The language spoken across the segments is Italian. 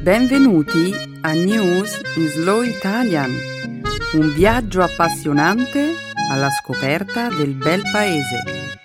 Benvenuti a News in Slow Italian, un viaggio appassionante alla scoperta del bel paese.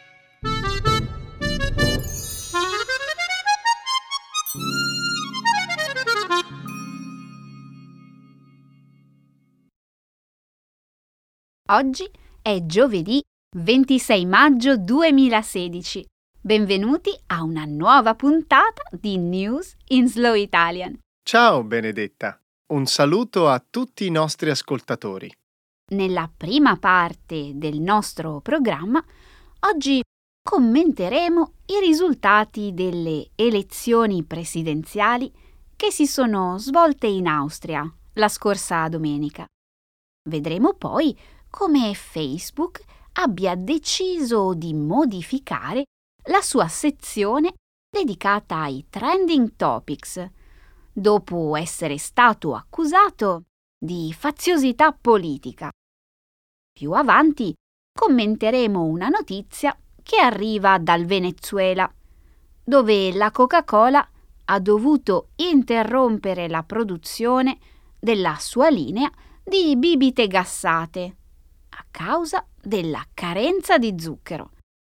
Oggi è giovedì 26 maggio 2016. Benvenuti a una nuova puntata di News in Slow Italian. Ciao Benedetta, un saluto a tutti i nostri ascoltatori. Nella prima parte del nostro programma, oggi commenteremo i risultati delle elezioni presidenziali che si sono svolte in Austria la scorsa domenica. Vedremo poi come Facebook abbia deciso di modificare la sua sezione dedicata ai trending topics, dopo essere stato accusato di faziosità politica. Più avanti commenteremo una notizia che arriva dal Venezuela, dove la Coca-Cola ha dovuto interrompere la produzione della sua linea di bibite gassate a causa della carenza di zucchero.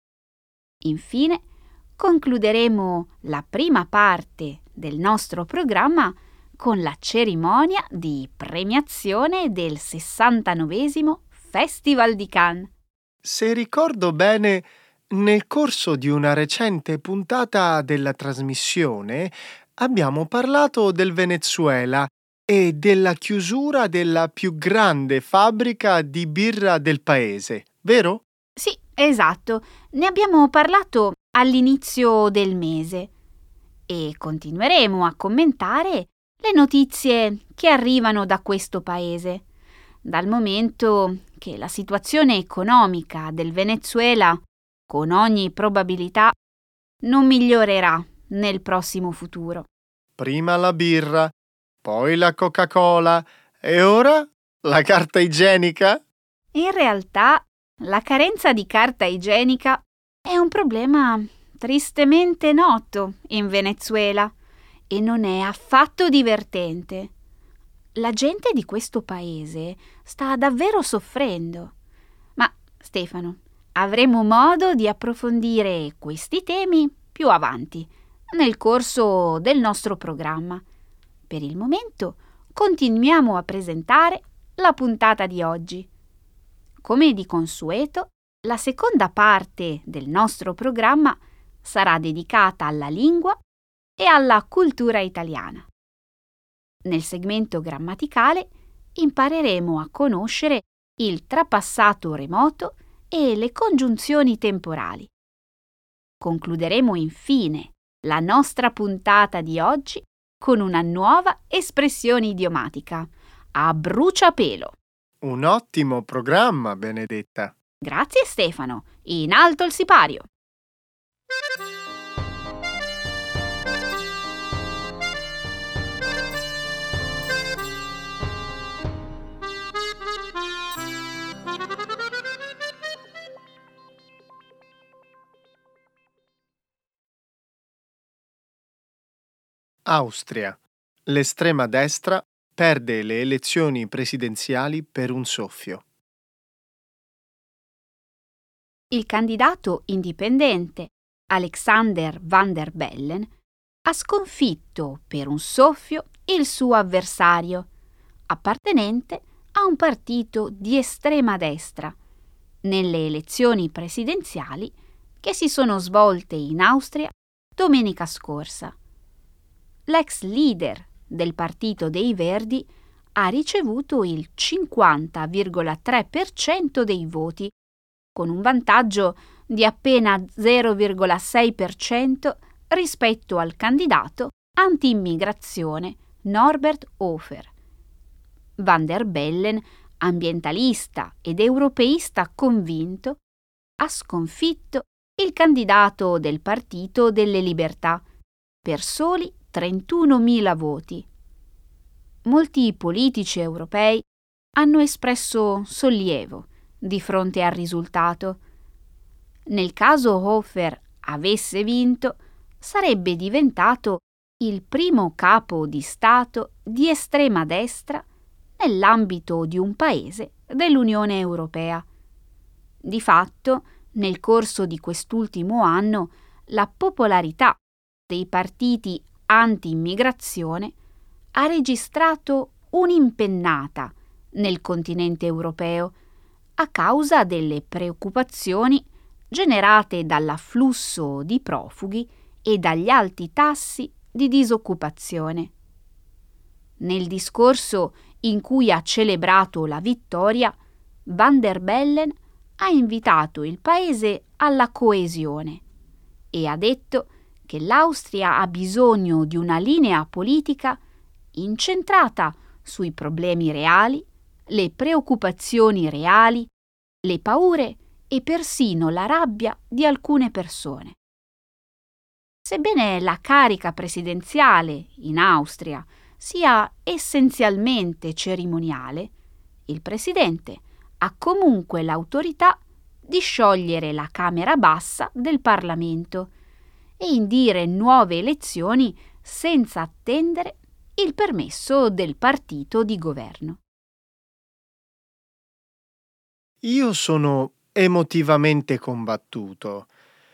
Infine, concluderemo la prima parte del nostro programma con la cerimonia di premiazione del 69° Festival di Cannes. Se ricordo bene, nel corso di una recente puntata della trasmissione abbiamo parlato del Venezuela e della chiusura della più grande fabbrica di birra del paese, vero? Sì, esatto. Ne abbiamo parlato all'inizio del mese e continueremo a commentare le notizie che arrivano da questo paese, dal momento che la situazione economica del Venezuela, con ogni probabilità, non migliorerà nel prossimo futuro. Prima la birra, poi la Coca-Cola e ora la carta igienica? In realtà, la carenza di carta igienica è un problema tristemente noto in Venezuela e non è affatto divertente. La gente di questo paese sta davvero soffrendo. Ma, Stefano, avremo modo di approfondire questi temi più avanti, nel corso del nostro programma. Per il momento, continuiamo a presentare la puntata di oggi. Come di consueto, la seconda parte del nostro programma sarà dedicata alla lingua e alla cultura italiana. Nel segmento grammaticale impareremo a conoscere il trapassato remoto e le congiunzioni temporali. Concluderemo infine la nostra puntata di oggi con una nuova espressione idiomatica, a bruciapelo. Un ottimo programma, Benedetta. Grazie Stefano, in alto il sipario. Austria. L'estrema destra perde le elezioni presidenziali per un soffio. Il candidato indipendente Alexander Van der Bellen ha sconfitto per un soffio il suo avversario, appartenente a un partito di estrema destra, nelle elezioni presidenziali che si sono svolte in Austria domenica scorsa. L'ex leader del Partito dei Verdi ha ricevuto il 50,3% dei voti, con un vantaggio di appena 0,6% rispetto al candidato anti-immigrazione Norbert Hofer. Van der Bellen, ambientalista ed europeista convinto, ha sconfitto il candidato del Partito delle Libertà per soli 31.000 voti. Molti politici europei hanno espresso sollievo di fronte al risultato. Nel caso Hofer avesse vinto, sarebbe diventato il primo capo di Stato di estrema destra nell'ambito di un paese dell'Unione Europea. Di fatto, nel corso di quest'ultimo anno, la popolarità dei partiti anti-immigrazione ha registrato un'impennata nel continente europeo a causa delle preoccupazioni generate dall'afflusso di profughi e dagli alti tassi di disoccupazione. Nel discorso in cui ha celebrato la vittoria, Van der Bellen ha invitato il paese alla coesione e ha detto che l'Austria ha bisogno di una linea politica incentrata sui problemi reali, le preoccupazioni reali, le paure e persino la rabbia di alcune persone. Sebbene la carica presidenziale in Austria sia essenzialmente cerimoniale, il presidente ha comunque l'autorità di sciogliere la Camera bassa del Parlamento e indire nuove elezioni senza attendere il permesso del partito di governo. Io sono emotivamente combattuto.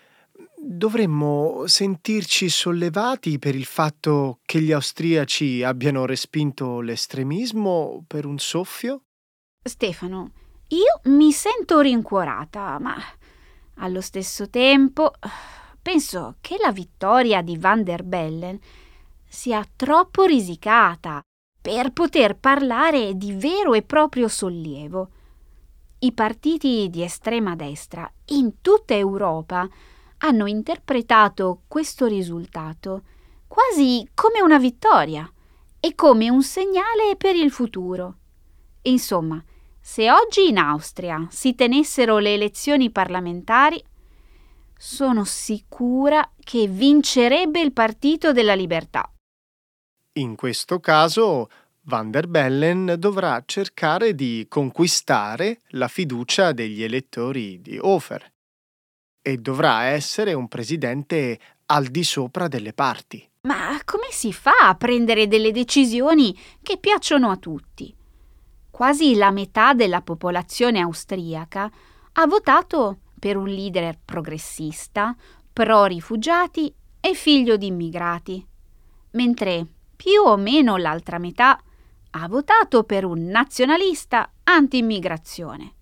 Dovremmo sentirci sollevati per il fatto che gli austriaci abbiano respinto l'estremismo per un soffio? Stefano, io mi sento rincuorata, ma allo stesso tempo penso che la vittoria di Van der Bellen sia troppo risicata per poter parlare di vero e proprio sollievo. I partiti di estrema destra in tutta Europa hanno interpretato questo risultato quasi come una vittoria e come un segnale per il futuro. Insomma, se oggi in Austria si tenessero le elezioni parlamentari, sono sicura che vincerebbe il Partito della Libertà. In questo caso, Van der Bellen dovrà cercare di conquistare la fiducia degli elettori di Hofer e dovrà essere un presidente al di sopra delle parti. Ma come si fa a prendere delle decisioni che piacciono a tutti? Quasi la metà della popolazione austriaca ha votato per un leader progressista, pro-rifugiati e figlio di immigrati, mentre più o meno l'altra metà ha votato per un nazionalista anti-immigrazione.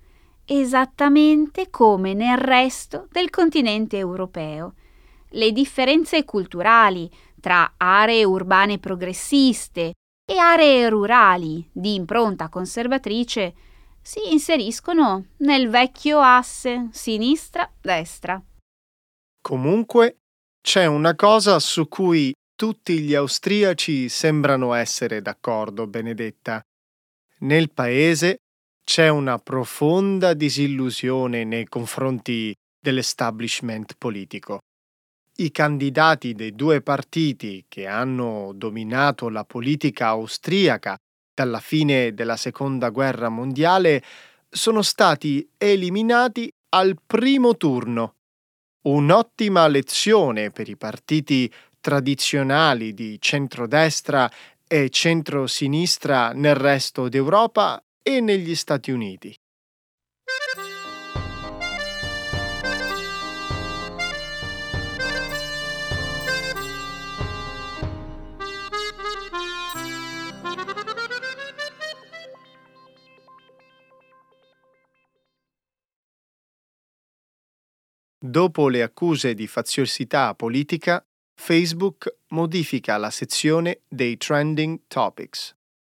Esattamente come nel resto del continente europeo. Le differenze culturali tra aree urbane progressiste e aree rurali di impronta conservatrice si inseriscono nel vecchio asse sinistra-destra. Comunque, c'è una cosa su cui tutti gli austriaci sembrano essere d'accordo, Benedetta. Nel paese c'è una profonda disillusione nei confronti dell'establishment politico. I candidati dei due partiti che hanno dominato la politica austriaca dalla fine della Seconda Guerra Mondiale sono stati eliminati al primo turno. Un'ottima lezione per i partiti tradizionali di centrodestra e centrosinistra nel resto d'Europa e negli Stati Uniti. Dopo le accuse di faziosità politica, Facebook modifica la sezione dei Trending Topics.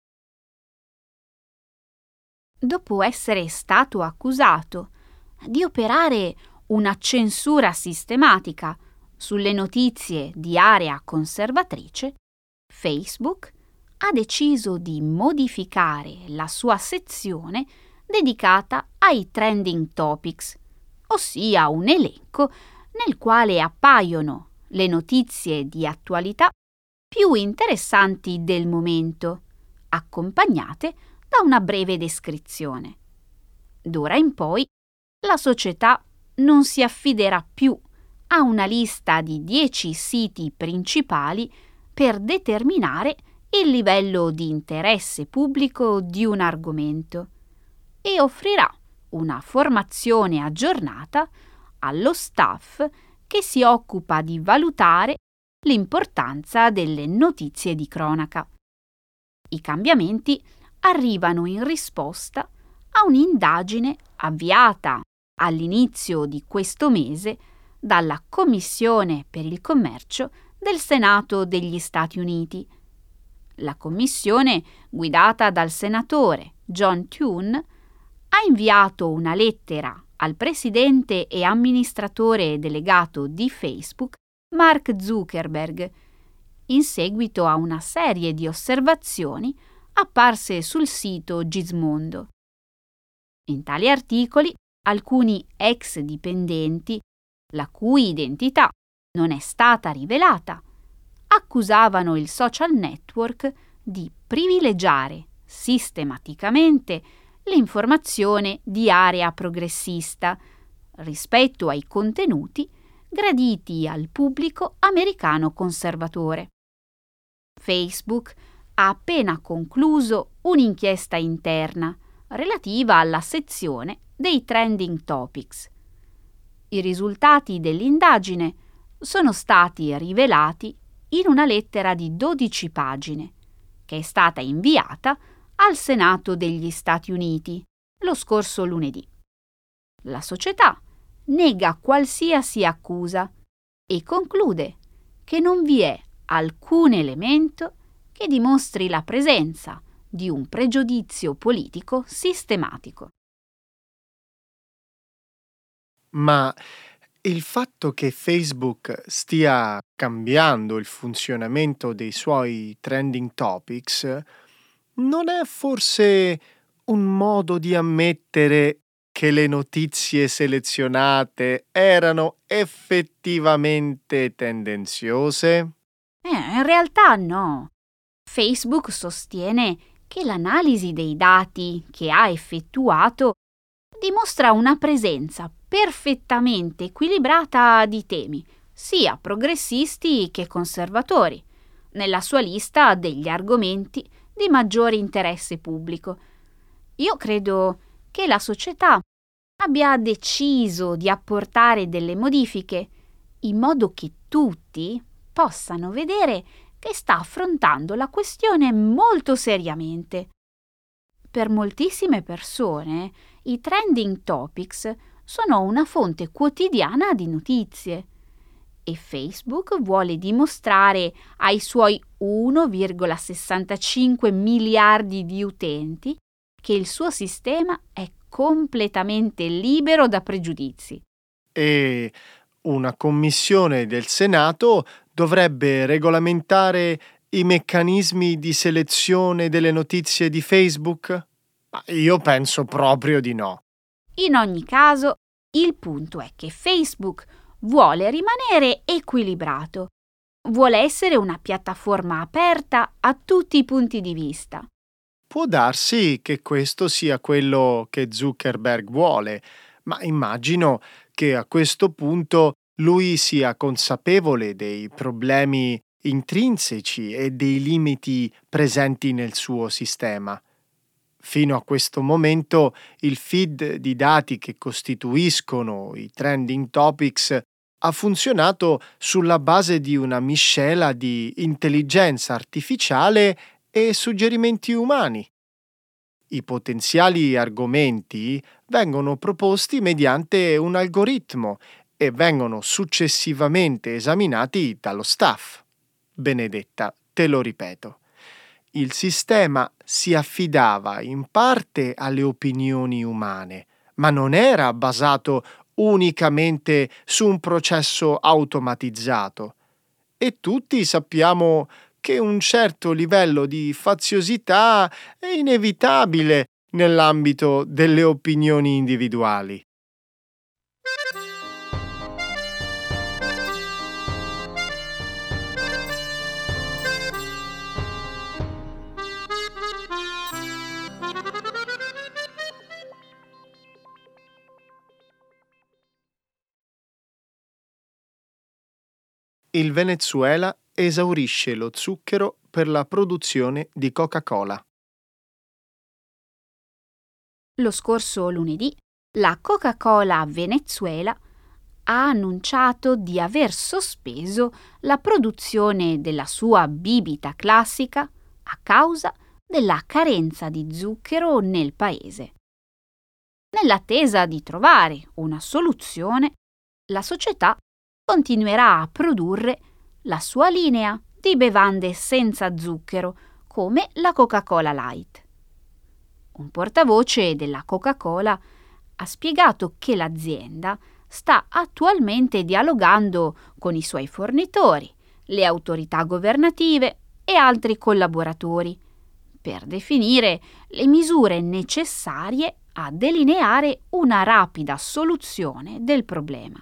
Dopo essere stato accusato di operare una censura sistematica sulle notizie di area conservatrice, Facebook ha deciso di modificare la sua sezione dedicata ai Trending Topics, ossia un elenco nel quale appaiono le notizie di attualità più interessanti del momento, accompagnate da una breve descrizione. D'ora in poi la società non si affiderà più a una lista di 10 siti principali per determinare il livello di interesse pubblico di un argomento e offrirà una formazione aggiornata allo staff che si occupa di valutare l'importanza delle notizie di cronaca. I cambiamenti arrivano in risposta a un'indagine avviata all'inizio di questo mese dalla Commissione per il commercio del Senato degli Stati Uniti. La commissione, guidata dal senatore John Thune, ha inviato una lettera al presidente e amministratore delegato di Facebook, Mark Zuckerberg, in seguito a una serie di osservazioni apparse sul sito Gizmondo. In tali articoli, alcuni ex dipendenti, la cui identità non è stata rivelata, accusavano il social network di privilegiare sistematicamente l'informazione di area progressista rispetto ai contenuti graditi al pubblico americano conservatore. Facebook ha appena concluso un'inchiesta interna relativa alla sezione dei trending topics. I risultati dell'indagine sono stati rivelati in una lettera di 12 pagine che è stata inviata al Senato degli Stati Uniti lo scorso lunedì. La società nega qualsiasi accusa e conclude che non vi è alcun elemento che dimostri la presenza di un pregiudizio politico sistematico. Ma il fatto che Facebook stia cambiando il funzionamento dei suoi trending topics non è forse un modo di ammettere che le notizie selezionate erano effettivamente tendenziose? In realtà no. Facebook sostiene che l'analisi dei dati che ha effettuato dimostra una presenza perfettamente equilibrata di temi, sia progressisti che conservatori, nella sua lista degli argomenti di maggiore interesse pubblico. Io credo che la società abbia deciso di apportare delle modifiche in modo che tutti possano vedere che sta affrontando la questione molto seriamente. Per moltissime persone, i trending topics sono una fonte quotidiana di notizie e Facebook vuole dimostrare ai suoi 1,65 miliardi di utenti che il suo sistema è completamente libero da pregiudizi. E una commissione del Senato dovrebbe regolamentare i meccanismi di selezione delle notizie di Facebook? Ma io penso proprio di no. In ogni caso, il punto è che Facebook vuole rimanere equilibrato, vuole essere una piattaforma aperta a tutti i punti di vista. Può darsi che questo sia quello che Zuckerberg vuole, ma immagino che a questo punto lui sia consapevole dei problemi intrinseci e dei limiti presenti nel suo sistema. Fino a questo momento il feed di dati che costituiscono i trending topics ha funzionato sulla base di una miscela di intelligenza artificiale e suggerimenti umani. I potenziali argomenti vengono proposti mediante un algoritmo e vengono successivamente esaminati dallo staff. Benedetta, te lo ripeto. Il sistema si affidava in parte alle opinioni umane, ma non era basato unicamente su un processo automatizzato. E tutti sappiamo che un certo livello di faziosità è inevitabile nell'ambito delle opinioni individuali. Il Venezuela esaurisce lo zucchero per la produzione di Coca-Cola. Lo scorso lunedì, la Coca-Cola Venezuela ha annunciato di aver sospeso la produzione della sua bibita classica a causa della carenza di zucchero nel paese. Nell'attesa di trovare una soluzione, la società continuerà a produrre la sua linea di bevande senza zucchero, come la Coca-Cola Light. Un portavoce della Coca-Cola ha spiegato che l'azienda sta attualmente dialogando con i suoi fornitori, le autorità governative e altri collaboratori per definire le misure necessarie a delineare una rapida soluzione del problema.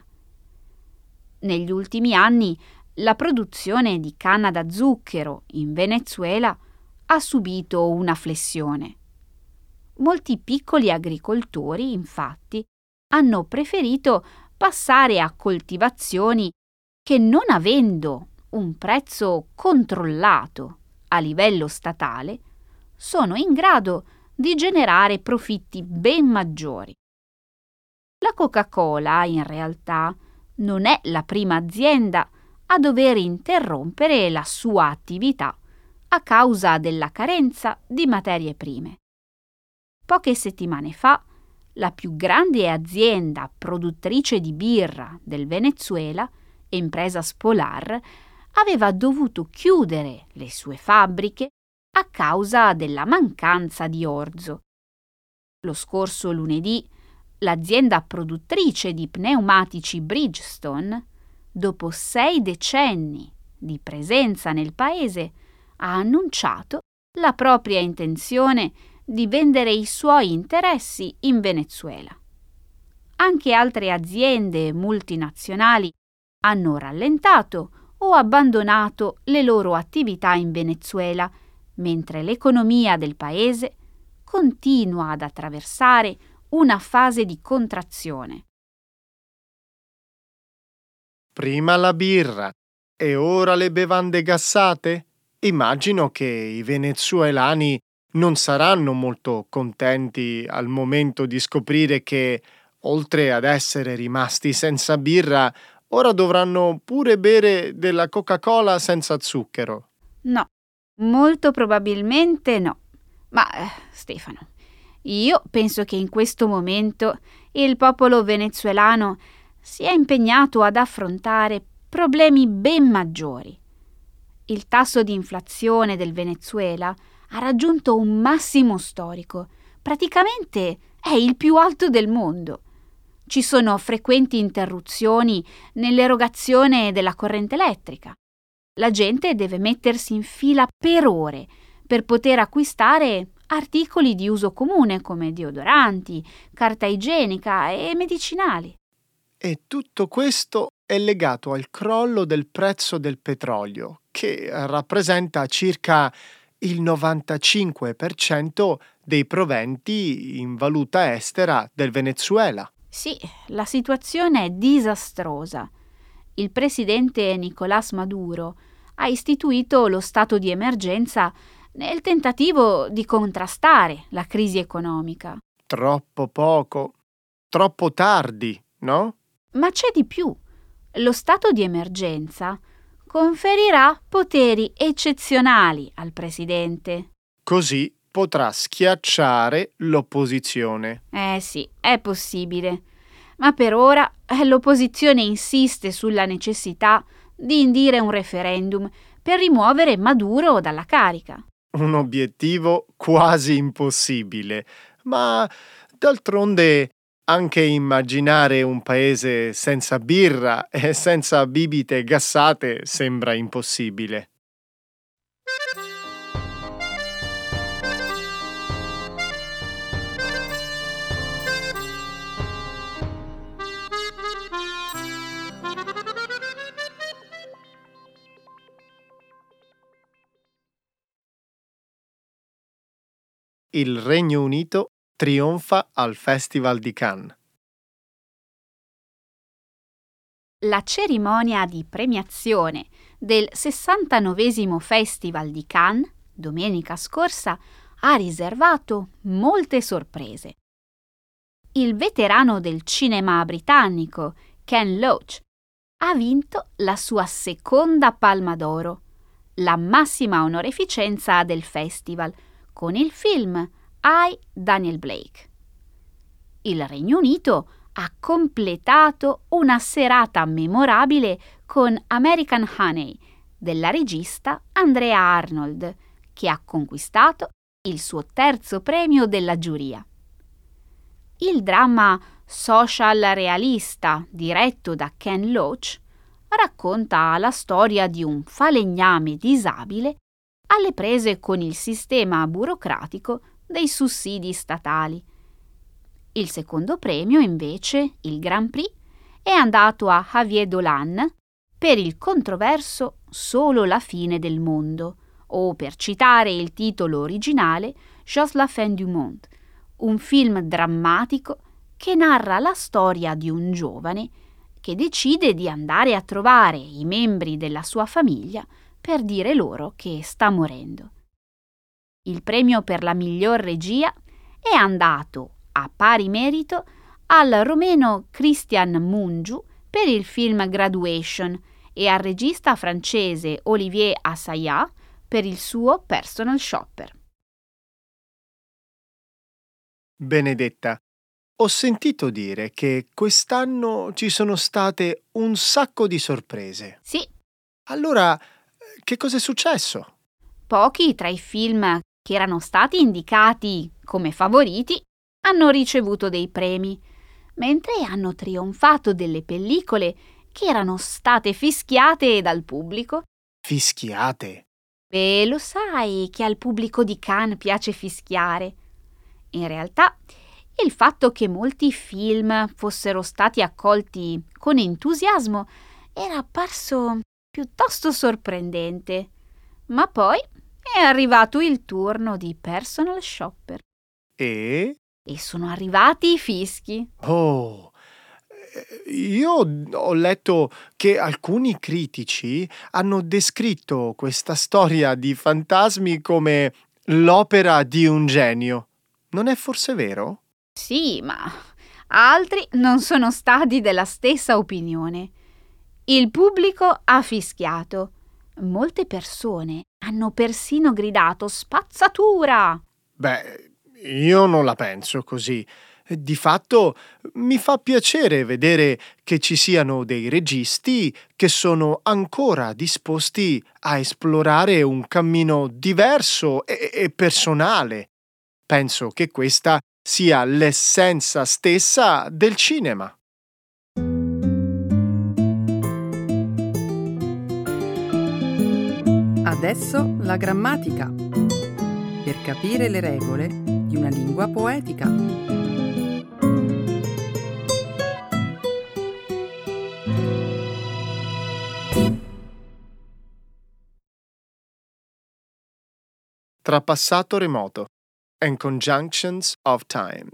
Negli ultimi anni la produzione di canna da zucchero in Venezuela ha subito una flessione. Molti piccoli agricoltori, infatti, hanno preferito passare a coltivazioni che, non avendo un prezzo controllato a livello statale, sono in grado di generare profitti ben maggiori. La Coca-Cola, in realtà, non è la prima azienda a dover interrompere la sua attività a causa della carenza di materie prime. Poche settimane fa, la più grande azienda produttrice di birra del Venezuela, Empresas Polar, aveva dovuto chiudere le sue fabbriche a causa della mancanza di orzo. Lo scorso lunedì, l'azienda produttrice di pneumatici Bridgestone, dopo 6 decenni di presenza nel paese, ha annunciato la propria intenzione di vendere i suoi interessi in Venezuela. Anche altre aziende multinazionali hanno rallentato o abbandonato le loro attività in Venezuela, mentre l'economia del paese continua ad attraversare una fase di contrazione. Prima la birra e ora le bevande gassate? Immagino che i venezuelani non saranno molto contenti al momento di scoprire che, oltre ad essere rimasti senza birra, ora dovranno pure bere della Coca-Cola senza zucchero. No, molto probabilmente no. Ma, Stefano, io penso che in questo momento il popolo venezuelano sia impegnato ad affrontare problemi ben maggiori. Il tasso di inflazione del Venezuela ha raggiunto un massimo storico, praticamente è il più alto del mondo. Ci sono frequenti interruzioni nell'erogazione della corrente elettrica. La gente deve mettersi in fila per ore per poter acquistare articoli di uso comune come deodoranti, carta igienica e medicinali. E tutto questo è legato al crollo del prezzo del petrolio, che rappresenta circa il 95% dei proventi in valuta estera del Venezuela. Sì, la situazione è disastrosa. Il presidente Nicolás Maduro ha istituito lo stato di emergenza nel tentativo di contrastare la crisi economica. Troppo poco, troppo tardi, no? Ma c'è di più. Lo stato di emergenza conferirà poteri eccezionali al presidente. Così potrà schiacciare l'opposizione. Sì, è possibile. Ma per ora l'opposizione insiste sulla necessità di indire un referendum per rimuovere Maduro dalla carica. Un obiettivo quasi impossibile, ma d'altronde anche immaginare un paese senza birra e senza bibite gassate sembra impossibile. Il Regno Unito trionfa al Festival di Cannes. La cerimonia di premiazione del 69° Festival di Cannes, domenica scorsa, ha riservato molte sorprese. Il veterano del cinema britannico, Ken Loach, ha vinto la sua seconda Palma d'Oro, la massima onorificenza del festival, con il film I, Daniel Blake. Il Regno Unito ha completato una serata memorabile con American Honey della regista Andrea Arnold, che ha conquistato il suo terzo premio della giuria. Il dramma social realista diretto da Ken Loach racconta la storia di un falegname disabile alle prese con il sistema burocratico dei sussidi statali. Il secondo premio, invece, il Grand Prix, è andato a Javier Dolan per il controverso Solo la fine del mondo, o per citare il titolo originale, Just la fin du monde, un film drammatico che narra la storia di un giovane che decide di andare a trovare i membri della sua famiglia per dire loro che sta morendo. Il premio per la miglior regia è andato a pari merito al romeno Christian Mungiu per il film Graduation e al regista francese Olivier Assayas per il suo Personal Shopper. Benedetta, ho sentito dire che quest'anno ci sono state un sacco di sorprese. Sì, Allora, che cosa è successo? pochi tra i film che erano stati indicati come favoriti hanno ricevuto dei premi, mentre hanno trionfato delle pellicole che erano state fischiate dal pubblico. Fischiate? Beh, lo sai che al pubblico di Cannes piace fischiare. In realtà, il fatto che molti film fossero stati accolti con entusiasmo era apparso piuttosto sorprendente. Ma poi è arrivato il turno di Personal Shopper E? e sono arrivati i fischi. Oh, io ho letto che alcuni critici hanno descritto questa storia di fantasmi come l'opera di un genio. Non è forse vero? Sì, ma altri non sono stati della stessa opinione. Il pubblico ha fischiato. Molte persone hanno persino gridato spazzatura. Beh, io non la penso così. Di fatto mi fa piacere vedere che ci siano dei registi che sono ancora disposti a esplorare un cammino diverso e personale. Penso che questa sia l'essenza stessa del cinema. Adesso la grammatica, per capire le regole di una lingua poetica. Tra passato remoto and conjunctions of time.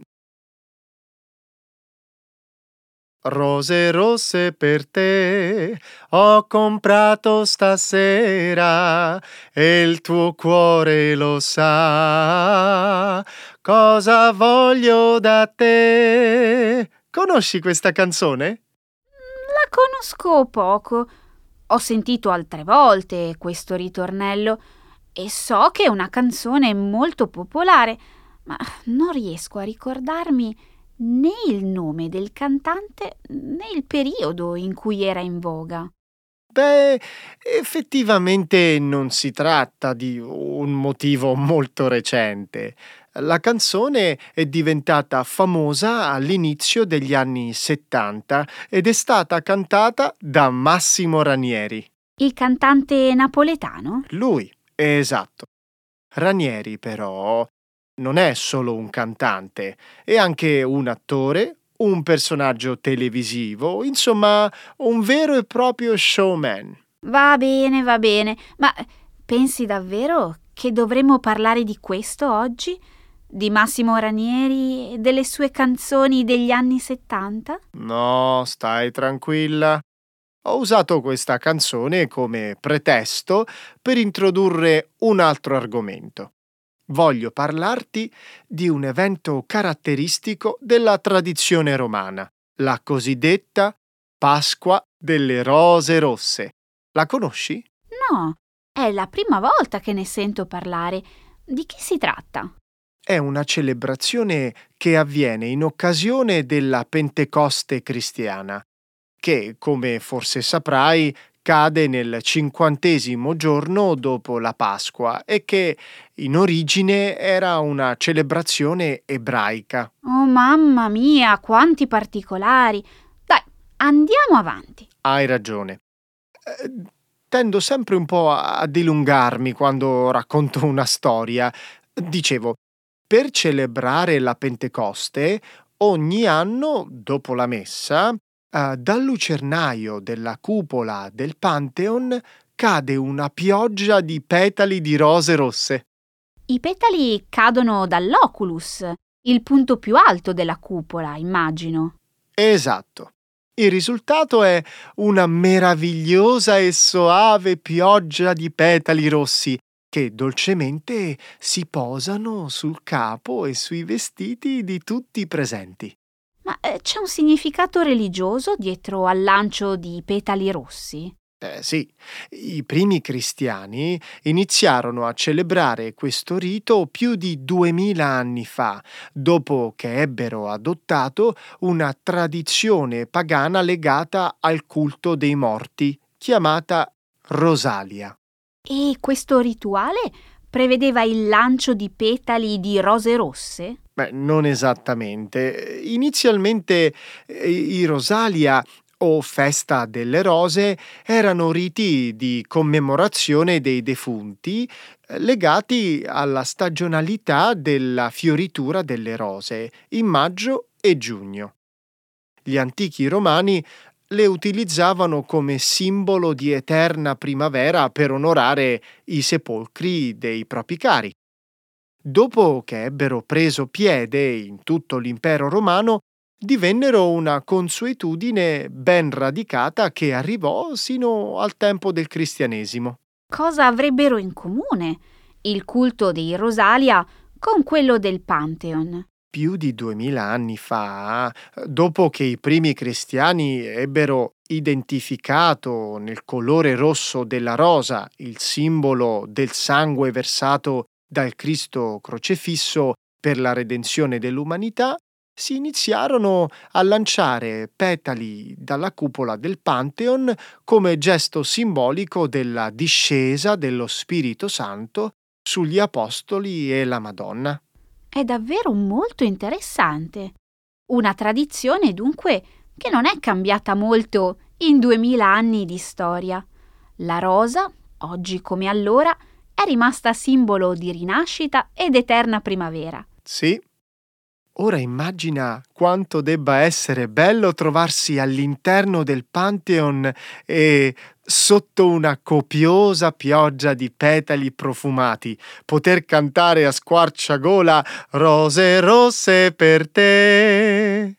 Rose rosse per te ho comprato stasera e il tuo cuore lo sa cosa voglio da te. Conosci questa canzone? La conosco poco. Ho sentito altre volte questo ritornello e so che è una canzone molto popolare, ma non riesco a ricordarmi né il nome del cantante né il periodo in cui era in voga. Beh, effettivamente non si tratta di un motivo molto recente. La canzone è diventata famosa all'inizio degli anni 70 ed è stata cantata da Massimo Ranieri. Il cantante napoletano? Lui, esatto. Ranieri, però, non è solo un cantante, è anche un attore, un personaggio televisivo, insomma, un vero e proprio showman. Va bene, ma pensi davvero che dovremmo parlare di questo oggi? Di Massimo Ranieri e delle sue canzoni degli anni 70? No, stai tranquilla. Ho usato questa canzone come pretesto per introdurre un altro argomento. Voglio parlarti di un evento caratteristico della tradizione romana, la cosiddetta Pasqua delle Rose Rosse. La conosci? No, è la prima volta che ne sento parlare. Di che si tratta? È una celebrazione che avviene in occasione della Pentecoste cristiana, che, come forse saprai, cade nel 50° giorno dopo la Pasqua e che in origine era una celebrazione ebraica. Oh mamma mia, quanti particolari! Dai, andiamo avanti. Hai ragione. Tendo sempre un po' a dilungarmi quando racconto una storia. Dicevo, per celebrare la Pentecoste, ogni anno, dopo la messa, dal lucernaio della cupola del Pantheon cade una pioggia di petali di rose rosse. I petali cadono dall'oculus, il punto più alto della cupola, immagino. Esatto. Il risultato è una meravigliosa e soave pioggia di petali rossi che dolcemente si posano sul capo e sui vestiti di tutti i presenti. Ma c'è un significato religioso dietro al lancio di petali rossi? Sì, i primi cristiani iniziarono a celebrare questo rito più di 2000 anni fa, dopo che ebbero adottato una tradizione pagana legata al culto dei morti, chiamata Rosalia. E questo rituale prevedeva il lancio di petali di rose rosse? Non esattamente. Inizialmente i Rosalia o festa delle rose erano riti di commemorazione dei defunti legati alla stagionalità della fioritura delle rose in maggio e giugno. Gli antichi romani le utilizzavano come simbolo di eterna primavera per onorare i sepolcri dei propri cari. Dopo che ebbero preso piede in tutto l'impero romano, divennero una consuetudine ben radicata che arrivò sino al tempo del cristianesimo. Cosa avrebbero in comune il culto dei Rosalia con quello del Pantheon? Più di 2000 anni fa, dopo che i primi cristiani ebbero identificato nel colore rosso della rosa il simbolo del sangue versato dal Cristo crocefisso per la redenzione dell'umanità, si iniziarono a lanciare petali dalla cupola del Pantheon come gesto simbolico della discesa dello Spirito Santo sugli Apostoli e la Madonna. È davvero molto interessante. Una tradizione, dunque, che non è cambiata molto in 2000 anni di storia. La rosa, oggi come allora, è rimasta simbolo di rinascita ed eterna primavera. Sì. Ora immagina quanto debba essere bello trovarsi all'interno del Pantheon e, sotto una copiosa pioggia di petali profumati, poter cantare a squarciagola «Rose rosse per te».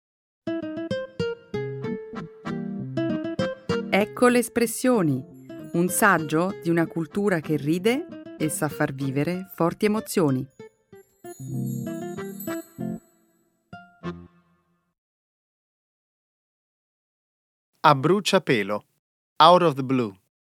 Ecco le espressioni, un saggio di una cultura che ride e sa far vivere forti emozioni. A bruciapelo, out of the blue.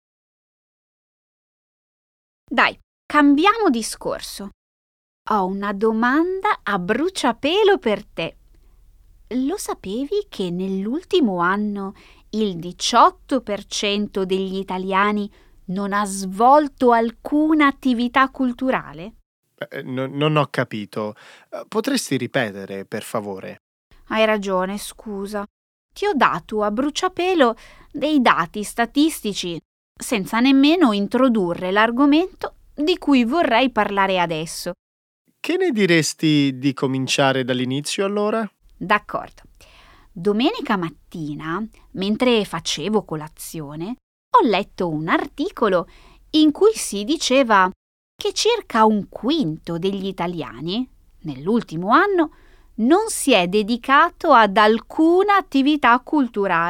Dai, cambiamo discorso. Ho una domanda a bruciapelo per te. Lo sapevi che nell'ultimo anno il 18% degli italiani non ha svolto alcuna attività culturale? Non ho capito. Potresti ripetere, per favore? Hai ragione, scusa. Ti ho dato a bruciapelo dei dati statistici, senza nemmeno introdurre l'argomento di cui vorrei parlare adesso. Che ne diresti di cominciare dall'inizio allora? D'accordo. Domenica mattina, mentre facevo colazione, ho letto un articolo in cui si diceva che circa un quinto degli italiani, nell'ultimo anno, non si è dedicato ad alcuna attività culturale.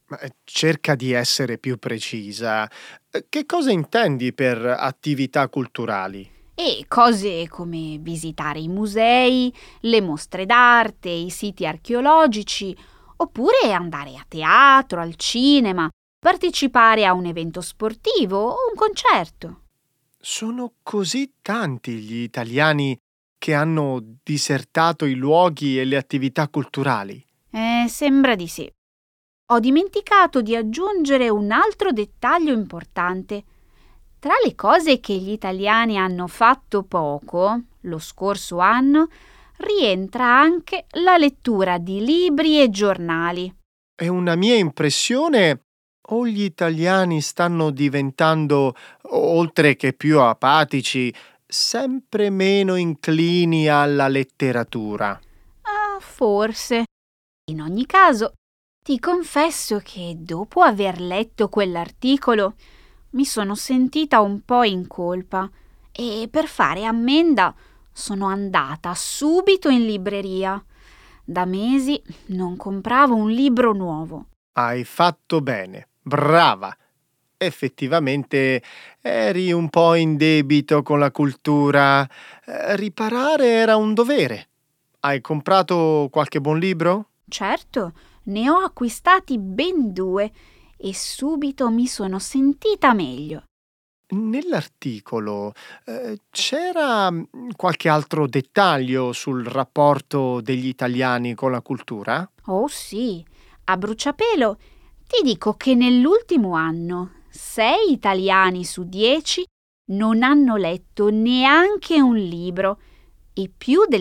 Cerca di essere più precisa. Che cosa intendi per attività culturali? E cose come visitare i musei, le mostre d'arte, i siti archeologici, oppure andare a teatro, al cinema, partecipare a un evento sportivo o un concerto. Sono così tanti gli italiani che hanno disertato i luoghi e le attività culturali. Sembra di sì. Ho dimenticato di aggiungere un altro dettaglio importante. Tra le cose che gli italiani hanno fatto poco, lo scorso anno, rientra anche la lettura di libri e giornali. È una mia impressione, o gli italiani stanno diventando, oltre che più apatici, sempre meno inclini alla letteratura. Forse. In ogni caso, ti confesso che dopo aver letto quell'articolo mi sono sentita un po' in colpa e per fare ammenda sono andata subito in libreria. Da mesi non compravo un libro nuovo. Hai fatto bene, brava. Effettivamente eri un po' in debito con la cultura. Riparare era un dovere. Hai comprato qualche buon libro? Certo, ne ho acquistati ben 2 e subito mi sono sentita meglio. Nell'articolo c'era qualche altro dettaglio sul rapporto degli italiani con la cultura? Oh sì, a bruciapelo ti dico che nell'ultimo anno 6 italiani su 10 non hanno letto neanche un libro e più del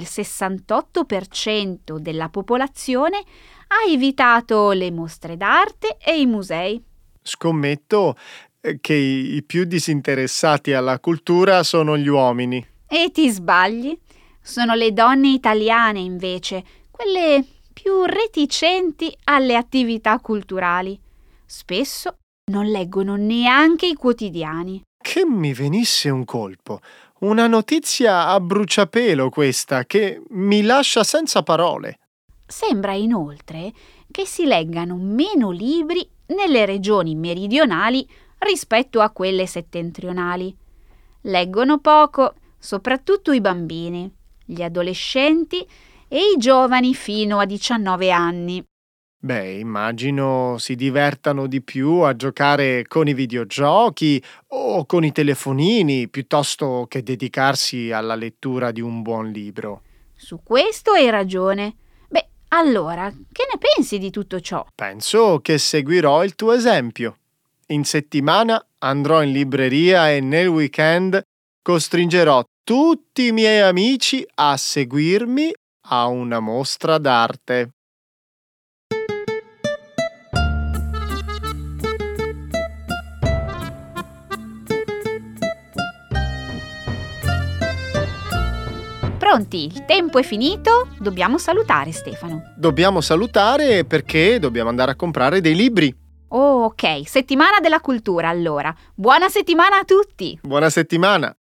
68% della popolazione ha evitato le mostre d'arte e i musei. Scommetto che i più disinteressati alla cultura sono gli uomini. E ti sbagli, sono le donne italiane invece, quelle più reticenti alle attività culturali. Spesso non leggono neanche i quotidiani. Che mi venisse un colpo. Una notizia a bruciapelo questa, che mi lascia senza parole. Sembra inoltre che si leggano meno libri nelle regioni meridionali rispetto a quelle settentrionali. Leggono poco, soprattutto i bambini, gli adolescenti e i giovani fino a 19 anni. Immagino si divertano di più a giocare con i videogiochi o con i telefonini piuttosto che dedicarsi alla lettura di un buon libro. Su questo hai ragione. Allora, che ne pensi di tutto ciò? Penso che seguirò il tuo esempio. In settimana andrò in libreria e nel weekend costringerò tutti i miei amici a seguirmi a una mostra d'arte. Pronti? Il tempo è finito? Dobbiamo salutare, Stefano. Dobbiamo salutare perché dobbiamo andare a comprare dei libri. Oh, ok, settimana della cultura allora. Buona settimana a tutti! Buona settimana!